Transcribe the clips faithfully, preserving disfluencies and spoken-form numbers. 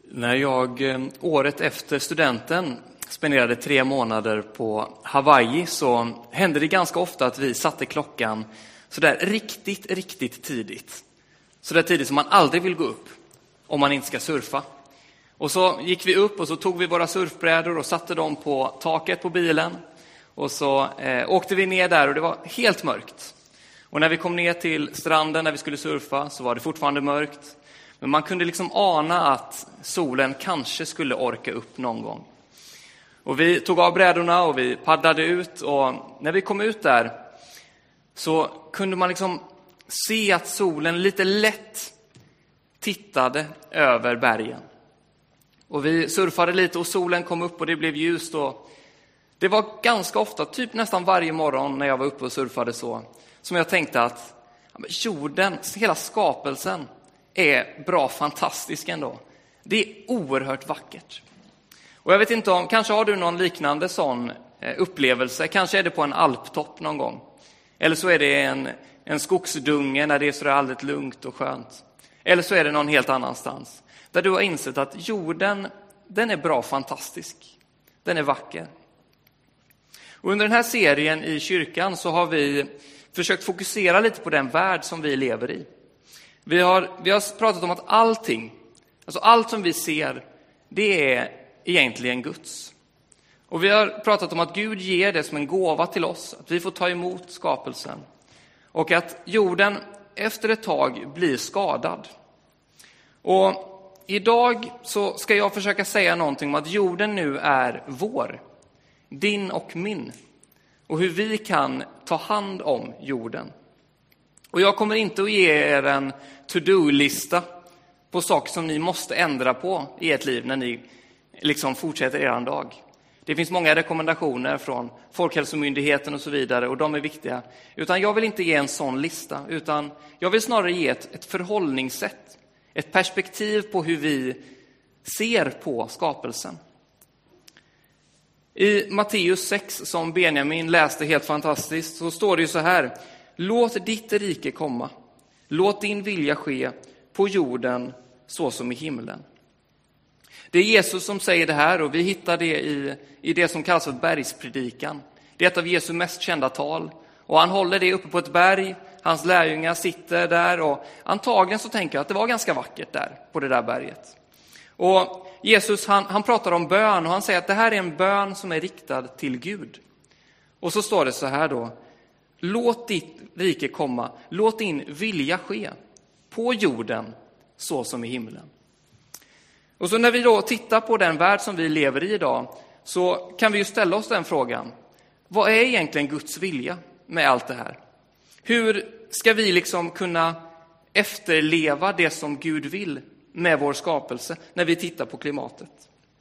När jag året efter studenten spenderade tre månader på Hawaii så hände det ganska ofta att vi satte klockan så där riktigt, riktigt tidigt. Så där tidigt som man aldrig vill gå upp om man inte ska surfa. Och så gick vi upp och så tog vi våra surfbrädor och satte dem på taket på bilen. Och så eh, åkte vi ner där och det var helt mörkt. Och när vi kom ner till stranden där vi skulle surfa så var det fortfarande mörkt. Men man kunde liksom ana att solen kanske skulle orka upp någon gång. Och vi tog av brädorna och vi paddlade ut. Och när vi kom ut där så kunde man liksom se att solen lite lätt tittade över bergen. Och vi surfade lite och solen kom upp och det blev ljust. Och det var ganska ofta, typ nästan varje morgon när jag var uppe och surfade så, som jag tänkte att jorden, hela skapelsen är bra fantastisk ändå. Det är oerhört vackert. Och jag vet inte om, kanske har du någon liknande sån upplevelse. Kanske är det på en alptopp någon gång. Eller så är det en, en skogsdunge när det är så där alldeles lugnt och skönt. Eller så är det någon helt annanstans. Där du har insett att jorden, den är bra fantastisk. Den är vacker. Och under den här serien i kyrkan så har vi försökt fokusera lite på den värld som vi lever i. Vi har, vi har pratat om att allting, alltså allt som vi ser, det är egentligen Guds. Och vi har pratat om att Gud ger det som en gåva till oss, att vi får ta emot skapelsen. Och att jorden efter ett tag blir skadad. Och idag så ska jag försöka säga någonting om att jorden nu är vår, din och min. Och hur vi kan ta hand om jorden. Och jag kommer inte att ge er en to-do-lista på saker som ni måste ändra på i ert liv när ni liksom fortsätter er dag. Det finns många rekommendationer från Folkhälsomyndigheten och så vidare och de är viktiga. Utan jag vill inte ge en sån lista utan jag vill snarare ge ett, ett förhållningssätt. Ett perspektiv på hur vi ser på skapelsen. I Matteus sex som Benjamin läste helt fantastiskt så står det ju så här. Låt ditt rike komma. Låt din vilja ske på jorden så som i himlen. Det är Jesus som säger det här och vi hittar det i, i det som kallas för bergspredikan. Det är ett av Jesu mest kända tal. Och han håller det uppe på ett berg. Hans lärjungar sitter där och antagligen så tänker jag att det var ganska vackert där på det där berget. Och Jesus han, han pratar om bön och han säger att det här är en bön som är riktad till Gud. Och så står det så här då. Låt ditt rike komma, låt din vilja ske på jorden så som i himlen. Och så när vi då tittar på den värld som vi lever i idag så kan vi ju ställa oss den frågan. Vad är egentligen Guds vilja med allt det här? Hur ska vi liksom kunna efterleva det som Gud vill med vår skapelse när vi tittar på klimatet?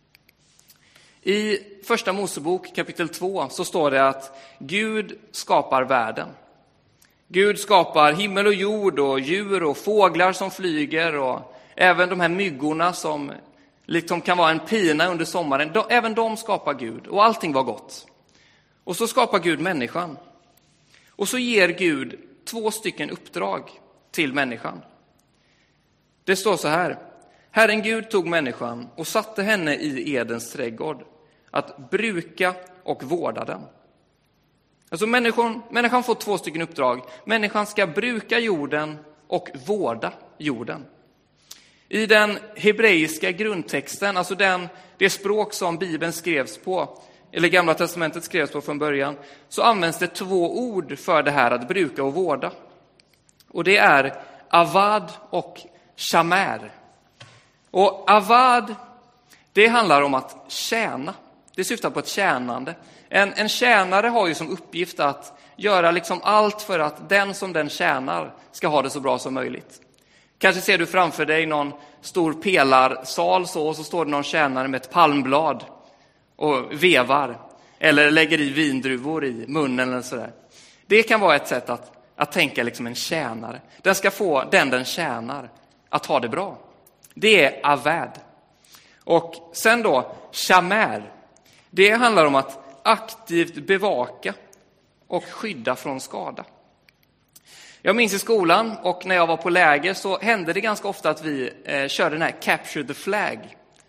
I första Mosebok kapitel två så står det att Gud skapar världen. Gud skapar himmel och jord och djur och fåglar som flyger och även de här myggorna som liksom kan vara en pina under sommaren. De, även de skapar Gud och allting var gott. Och så skapar Gud människan. Och så ger Gud två stycken uppdrag till människan. Det står så här. Herren Gud tog människan och satte henne i Edens trädgård att bruka och vårda den. Alltså människan, människan får två stycken uppdrag. Människan ska bruka jorden och vårda jorden. I den hebreiska grundtexten, alltså den, det språk som Bibeln skrevs på, eller Gamla testamentet skrevs på från början, så används det två ord för det här att bruka och vårda. Och det är avad och shamer. Och avad, det handlar om att tjäna. Det syftar på ett tjänande. En, en tjänare har ju som uppgift att göra liksom allt för att den som den tjänar ska ha det så bra som möjligt. Kanske ser du framför dig någon stor pelarsal så, och så står det någon tjänare med ett palmblad och vevar. Eller lägger i vindruvor i munnen eller sådär. Det kan vara ett sätt att, att tänka liksom en tjänare. Den ska få den den tjänar att ha det bra. Det är avad. Och sen då, shamer. Det handlar om att aktivt bevaka och skydda från skada. Jag minns i skolan och när jag var på läger så hände det ganska ofta att vi eh, körde den här capture the flag.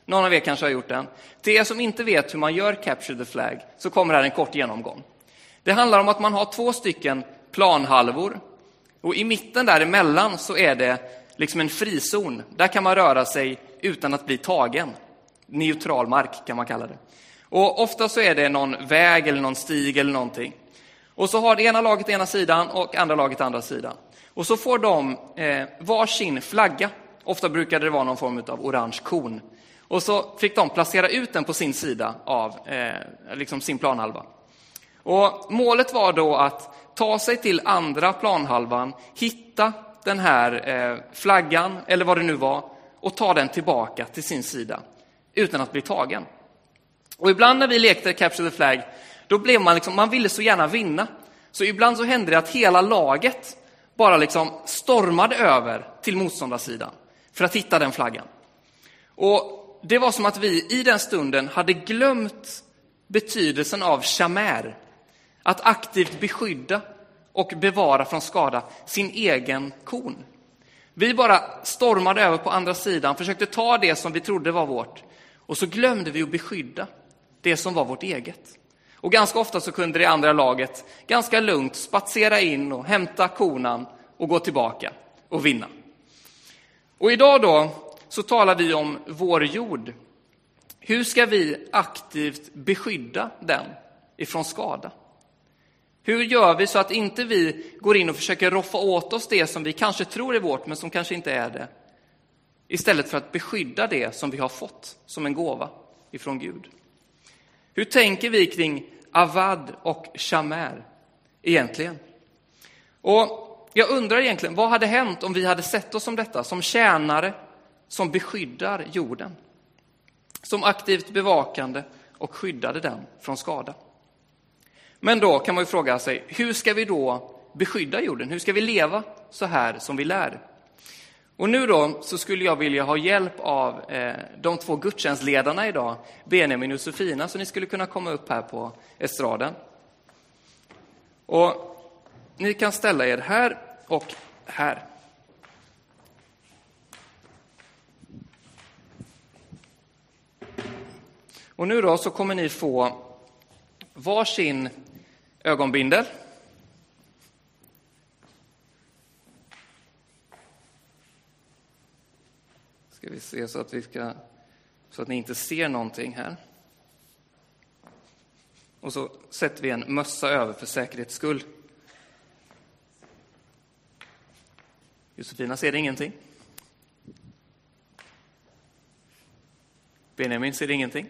Någon av er kanske har gjort den. Till er som inte vet hur man gör Capture the Flag så kommer här en kort genomgång. Det handlar om att man har två stycken planhalvor. Och i mitten däremellan så är det liksom en frizon. Där kan man röra sig utan att bli tagen. Neutral mark kan man kalla det. Och ofta så är det någon väg eller någon stig eller någonting. Och så har det ena laget ena sidan och andra laget andra sidan. Och så får de eh, varsin flagga. Ofta brukade det vara någon form av orange kon. Och så fick de placera ut den på sin sida av eh, liksom sin planhalva. Och målet var då att ta sig till andra planhalvan, hitta den här eh, flaggan eller vad det nu var och ta den tillbaka till sin sida utan att bli tagen. Och ibland när vi lekte Capture the Flag, då blev man liksom, man ville så gärna vinna. Så ibland så hände det att hela laget bara liksom stormade över till motståndarsidan för att hitta den flaggan. Och det var som att vi i den stunden hade glömt betydelsen av shamer. Att aktivt beskydda och bevara från skada sin egen kon. Vi bara stormade över på andra sidan, försökte ta det som vi trodde var vårt. Och så glömde vi att beskydda det som var vårt eget. Och ganska ofta så kunde det andra laget ganska lugnt spatsera in och hämta konan och gå tillbaka och vinna. Och idag då så talar vi om vår jord. Hur ska vi aktivt beskydda den ifrån skada? Hur gör vi så att inte vi går in och försöker roffa åt oss det som vi kanske tror är vårt men som kanske inte är det? Istället för att beskydda det som vi har fått som en gåva ifrån Gud. Hur tänker vi kring avad och shamer egentligen? Och jag undrar egentligen, vad hade hänt om vi hade sett oss som detta, som tjänare som beskyddar jorden? Som aktivt bevakande och skyddade den från skada. Men då kan man ju fråga sig, hur ska vi då beskydda jorden? Hur ska vi leva så här som vi lär? Och nu då så skulle jag vilja ha hjälp av eh, de två gudstjänstledarna idag, Benjamin och Josefina, så ni skulle kunna komma upp här på estraden. Och ni kan ställa er här och här. Och nu då så kommer ni få varsin ögonbindel. Ska vi se så att vi ska så att ni inte ser någonting här. Och så sätter vi en mössa över för säkerhets skull. Josefina ser ingenting. Benjamin ser ingenting.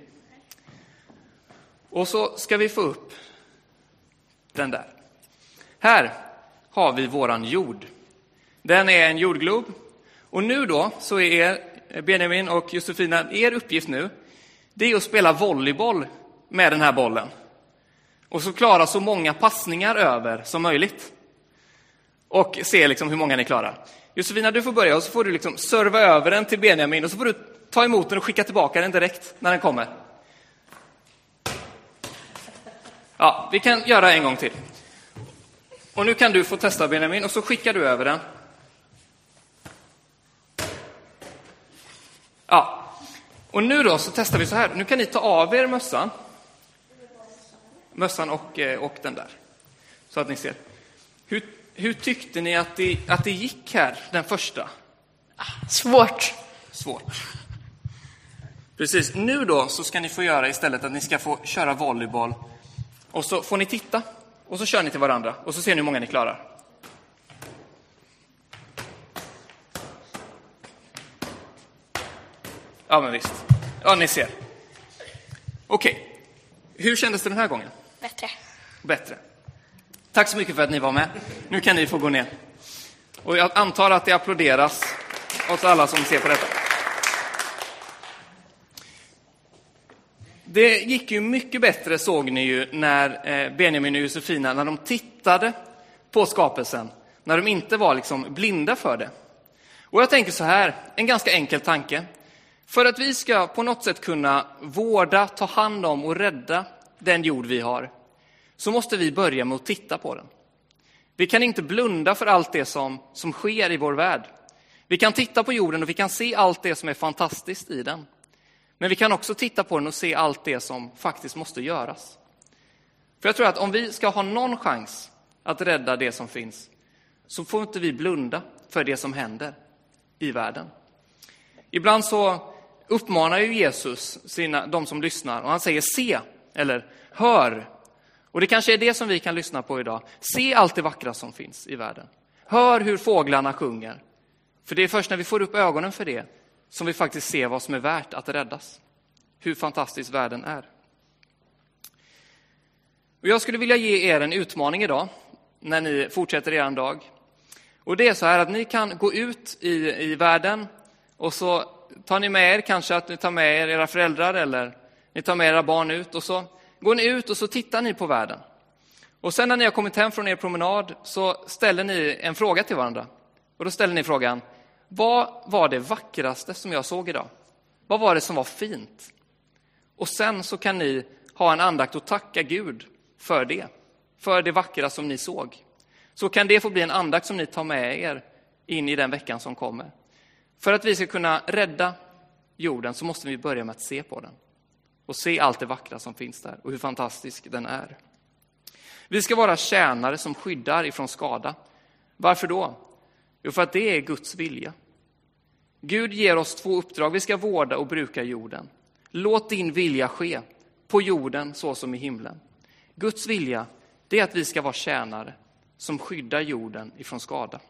Och så ska vi få upp den där. Här har vi våran jord. Den är en jordglob. Och nu då så är Benjamin och Josefina, er uppgift nu, det är att spela volleyboll med den här bollen. Och så klara så många passningar över som möjligt. Och se liksom hur många ni klarar. Josefina, du får börja och så får du liksom serva över den till Benjamin. Och så får du ta emot den och skicka tillbaka den direkt när den kommer. Ja, vi kan göra en gång till. Och nu kan du få testa, Benjamin, och så skickar du över den. Ja, och nu då så testar vi så här. Nu kan ni ta av er mössan. Mössan och, och den där. Så att ni ser. Hur, hur tyckte ni att det, att det gick här, den första? Svårt. Svårt. Precis, nu då så ska ni få göra istället att ni ska få köra volleyboll. Och så får ni titta. Och så kör ni till varandra. Och så ser ni hur många ni klarar. Ja, men visst. Ja, ni ser. Okej. Okay. Hur kändes det den här gången? Bättre. Bättre. Tack så mycket för att ni var med. Nu kan ni få gå ner. Och jag antar att det applåderas åt alla som ser på detta. Det gick ju mycket bättre, såg ni ju, när Benjamin och Josefina, när de tittade på skapelsen. När de inte var liksom blinda för det. Och jag tänker så här, en ganska enkel tanke. För att vi ska på något sätt kunna vårda, ta hand om och rädda den jord vi har, så måste vi börja med att titta på den. Vi kan inte blunda för allt det som, som sker i vår värld. Vi kan titta på jorden och vi kan se allt det som är fantastiskt i den. Men vi kan också titta på den och se allt det som faktiskt måste göras. För jag tror att om vi ska ha någon chans att rädda det som finns, så får inte vi blunda för det som händer i världen. Ibland så uppmanar ju Jesus sina, de som lyssnar, och han säger se eller hör. Och det kanske är det som vi kan lyssna på idag. Se allt det vackra som finns i världen. Hör hur fåglarna sjunger. För det är först när vi får upp ögonen för det som vi faktiskt ser vad som är värt att räddas. Hur fantastisk världen är. Och jag skulle vilja ge er en utmaning idag när ni fortsätter er dag. Och det är så här att ni kan gå ut i, i världen och så tar ni med er, kanske att ni tar med er era föräldrar eller ni tar med era barn ut, och så går ni ut och så tittar ni på världen. Och sen när ni har kommit hem från er promenad så ställer ni en fråga till varandra. Och då ställer ni frågan: vad var det vackraste som jag såg idag? Vad var det som var fint? Och sen så kan ni ha en andakt och tacka Gud för det. För det vackra som ni såg. Så kan det få bli en andakt som ni tar med er in i den veckan som kommer. För att vi ska kunna rädda jorden så måste vi börja med att se på den. Och se allt det vackra som finns där och hur fantastisk den är. Vi ska vara tjänare som skyddar ifrån skada. Varför då? Jo, för att det är Guds vilja. Gud ger oss två uppdrag. Vi ska vårda och bruka jorden. Låt din vilja ske på jorden så som i himlen. Guds vilja, det är att vi ska vara tjänare som skyddar jorden ifrån skada.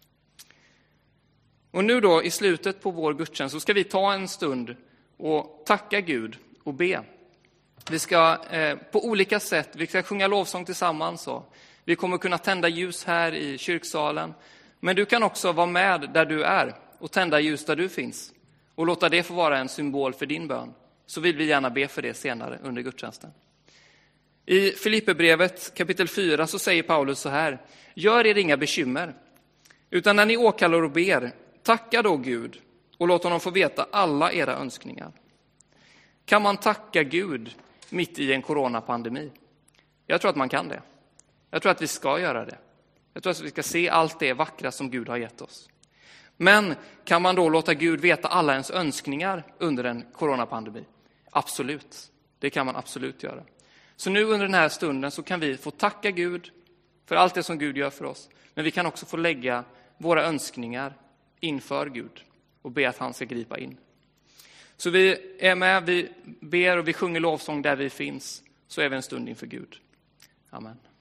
Och nu då i slutet på vår gudstjänst så ska vi ta en stund och tacka Gud och be. Vi ska eh, på olika sätt, vi ska sjunga lovsång tillsammans och vi kommer kunna tända ljus här i kyrksalen. Men du kan också vara med där du är och tända ljus där du finns. Och låta det få vara en symbol för din bön. Så vill vi gärna be för det senare under gudstjänsten. I Filipperbrevet kapitel fyra så säger Paulus så här: gör er inga bekymmer, utan när ni åkallar och ber, tacka då Gud och låt honom få veta alla era önskningar. Kan man tacka Gud mitt i en coronapandemi? Jag tror att man kan det. Jag tror att vi ska göra det. Jag tror att vi ska se allt det vackra som Gud har gett oss. Men kan man då låta Gud veta alla ens önskningar under en coronapandemi? Absolut. Det kan man absolut göra. Så nu under den här stunden så kan vi få tacka Gud för allt det som Gud gör för oss. Men vi kan också få lägga våra önskningar inför Gud och be att han ska gripa in. Så vi är med, vi ber och vi sjunger lovsång där vi finns. Så är vi en stund inför Gud. Amen.